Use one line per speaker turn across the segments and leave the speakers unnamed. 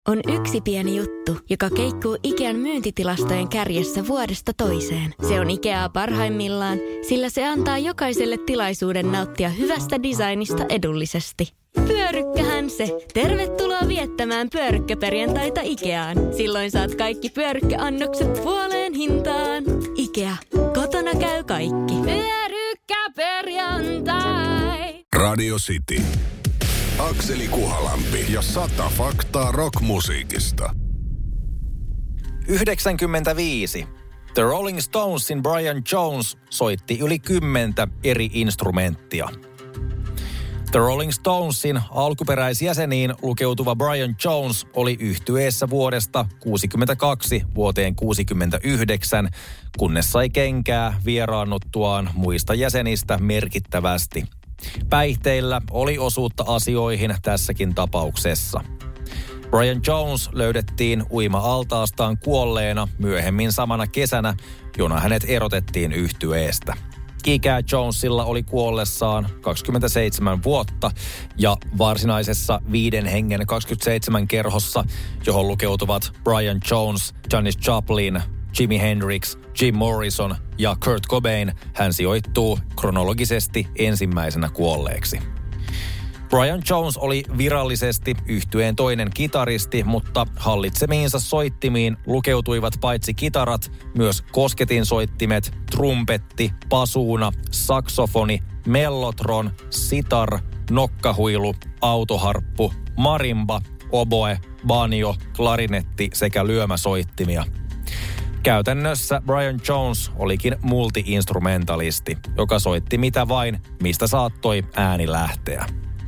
On yksi pieni juttu, joka keikkuu Ikean myyntitilastojen kärjessä vuodesta toiseen. Se on Ikeaa parhaimmillaan, sillä se antaa jokaiselle tilaisuuden nauttia hyvästä designista edullisesti. Pyörykkähän se! Tervetuloa viettämään pyörykkäperjantaita Ikeaan. Silloin saat kaikki pyörykkäannokset puoleen hintaan. Ikea. Kotona käy kaikki. Pyörykkäperjantai.
Radio City. Akseli Kuhalampi ja 100 faktaa rockmusiikista.
95. The Rolling Stonesin Brian Jones soitti yli 10 eri instrumenttia. The Rolling Stonesin alkuperäisjäseniin lukeutuva Brian Jones oli yhtyeessä vuodesta 1962 vuoteen 1969, kunnes sai kenkää vieraannuttuaan muista jäsenistä merkittävästi. Päihteillä oli osuutta asioihin tässäkin tapauksessa. Brian Jones löydettiin uima-altaastaan kuolleena myöhemmin samana kesänä, jona hänet erotettiin yhtyeestä. Ikää Jonesilla oli kuollessaan 27 vuotta ja varsinaisessa 5 hengen 27 kerhossa, johon lukeutuvat Brian Jones, Janis Joplin, Jimi Hendrix, Jim Morrison ja Kurt Cobain, hän sijoittuu kronologisesti ensimmäisenä kuolleeksi. Brian Jones oli virallisesti yhtyeen toinen kitaristi, mutta hallitsemiinsa soittimiin lukeutuivat paitsi kitarat, myös kosketinsoittimet, trumpetti, pasuuna, saksofoni, mellotron, sitar, nokkahuilu, autoharppu, marimba, oboe, banjo, klarinetti sekä lyömäsoittimia. Käytännössä Brian Jones olikin multi-instrumentalisti, joka soitti mitä vain, mistä saattoi ääni lähteä.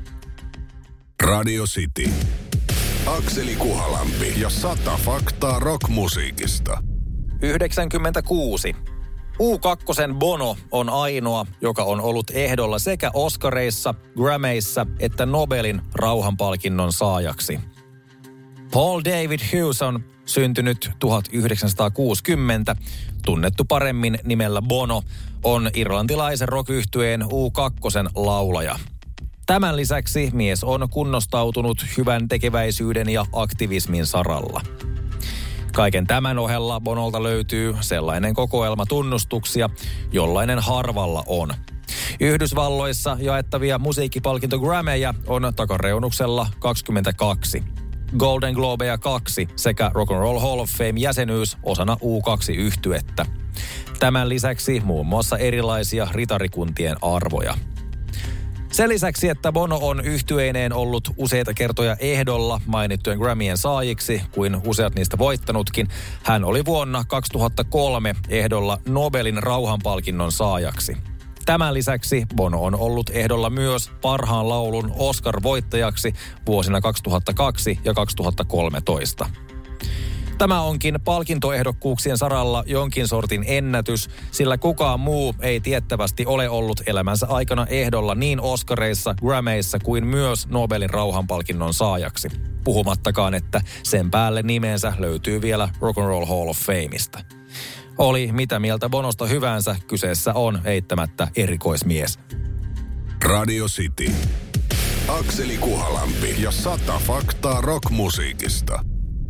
Radio City. Akseli Kuhalampi ja 100 faktaa rockmusiikista.
96. U2:n Bono on ainoa, joka on ollut ehdolla sekä Oscareissa, Grammyissa että Nobelin rauhanpalkinnon saajaksi. Paul David Hughes on syntynyt 1960, tunnettu paremmin nimellä Bono, on irlantilaisen rock-yhtyeen U2:n laulaja. Tämän lisäksi mies on kunnostautunut hyvän tekeväisyyden ja aktivismin saralla. Kaiken tämän ohella Bonolta löytyy sellainen kokoelma tunnustuksia, jollainen harvalla on. Yhdysvalloissa jaettavia musiikkipalkinto Grammyja on takareunuksella 22. Golden Globeja 2 sekä Rock and Roll Hall of Fame jäsenyys osana U2-yhtyettä. Tämän lisäksi muun muassa erilaisia ritarikuntien arvoja. Sen lisäksi, että Bono on yhtyeineen ollut useita kertoja ehdolla mainittujen Grammyjen saajiksi, kuin useat niistä voittanutkin, hän oli vuonna 2003 ehdolla Nobelin rauhanpalkinnon saajaksi. Tämän lisäksi Bono on ollut ehdolla myös parhaan laulun Oscar-voittajaksi vuosina 2002 ja 2013. Tämä onkin palkintoehdokkuuksien saralla jonkin sortin ennätys, sillä kukaan muu ei tiettävästi ole ollut elämänsä aikana ehdolla niin Oscareissa, Grammyissa kuin myös Nobelin rauhanpalkinnon saajaksi. Puhumattakaan, että sen päälle nimensä löytyy vielä Rock and Roll Hall of Fameista. Oli mitä mieltä Bonosta hyvänsä, kyseessä on eittämättä erikoismies.
Radio City. Akseli Kuhalampi ja 100 faktaa rockmusiikista.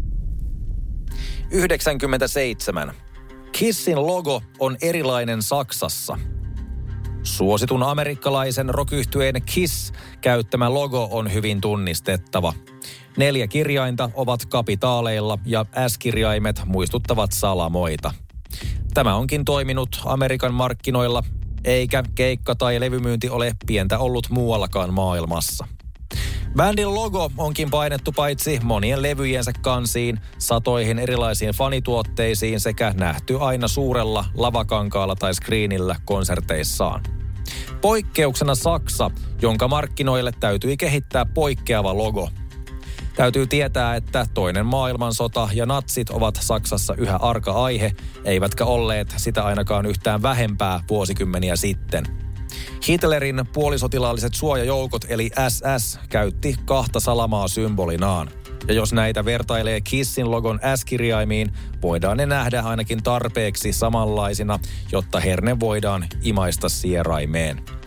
97. Kissin logo on erilainen Saksassa. Suositun amerikkalaisen rock-yhtyeen Kiss käyttämä logo on hyvin tunnistettava. 4 kirjainta ovat kapitaaleilla ja S-kirjaimet muistuttavat salamoita. Tämä onkin toiminut Amerikan markkinoilla, eikä keikka- tai levymyynti ole pientä ollut muuallakaan maailmassa. Bändin logo onkin painettu paitsi monien levyjensä kansiin, satoihin erilaisiin fanituotteisiin sekä nähty aina suurella lavakankaalla tai screenillä konserteissaan. Poikkeuksena Saksa, jonka markkinoille täytyi kehittää poikkeava logo. Täytyy tietää, että toinen maailmansota ja natsit ovat Saksassa yhä arka aihe, eivätkä olleet sitä ainakaan yhtään vähempää vuosikymmeniä sitten. Hitlerin puolisotilaalliset suojajoukot eli SS käytti 2 salamaa symbolinaan. Ja jos näitä vertailee Kissin logon S-kirjaimiin, voidaan ne nähdä ainakin tarpeeksi samanlaisina, jotta herne voidaan imaista sieraimeen.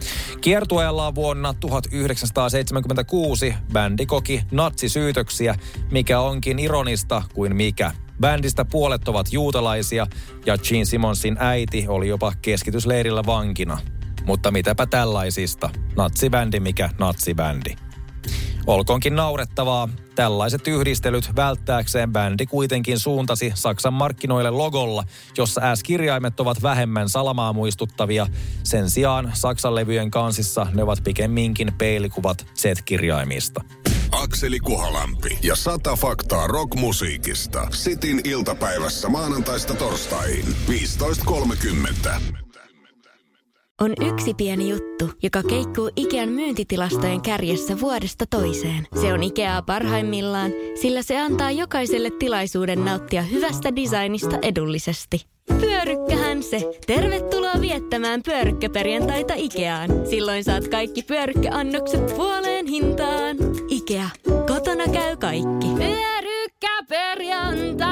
Kiertueellaan vuonna 1976 bändi koki natsisyytöksiä, mikä onkin ironista kuin mikä. Bändistä puolet ovat juutalaisia ja Gene Simmonsin äiti oli jopa keskitysleirillä vankina. Mutta mitäpä tällaisista? Natsibändi mikä natsibändi. Olkoonkin naurettavaa, tällaiset yhdistelyt välttääkseen bändi kuitenkin suuntasi Saksan markkinoille logolla, jossa S-kirjaimet ovat vähemmän salamaa muistuttavia. Sen sijaan Saksan levyjen kansissa ne ovat pikemminkin peilikuvat Z-kirjaimista.
Akseli Kuhalampi ja 100 faktaa rockmusiikista. Sitin iltapäivässä maanantaista torstaihin 15.30.
On yksi pieni juttu, joka keikkuu Ikean myyntitilastojen kärjessä vuodesta toiseen. Se on Ikeaa parhaimmillaan, sillä se antaa jokaiselle tilaisuuden nauttia hyvästä designista edullisesti. Pyörykkähän se! Tervetuloa viettämään pyörykkäperjantaita Ikeaan. Silloin saat kaikki pyörykkäannokset puoleen hintaan. Ikea. Kotona käy kaikki. Pyörykkäperjantai!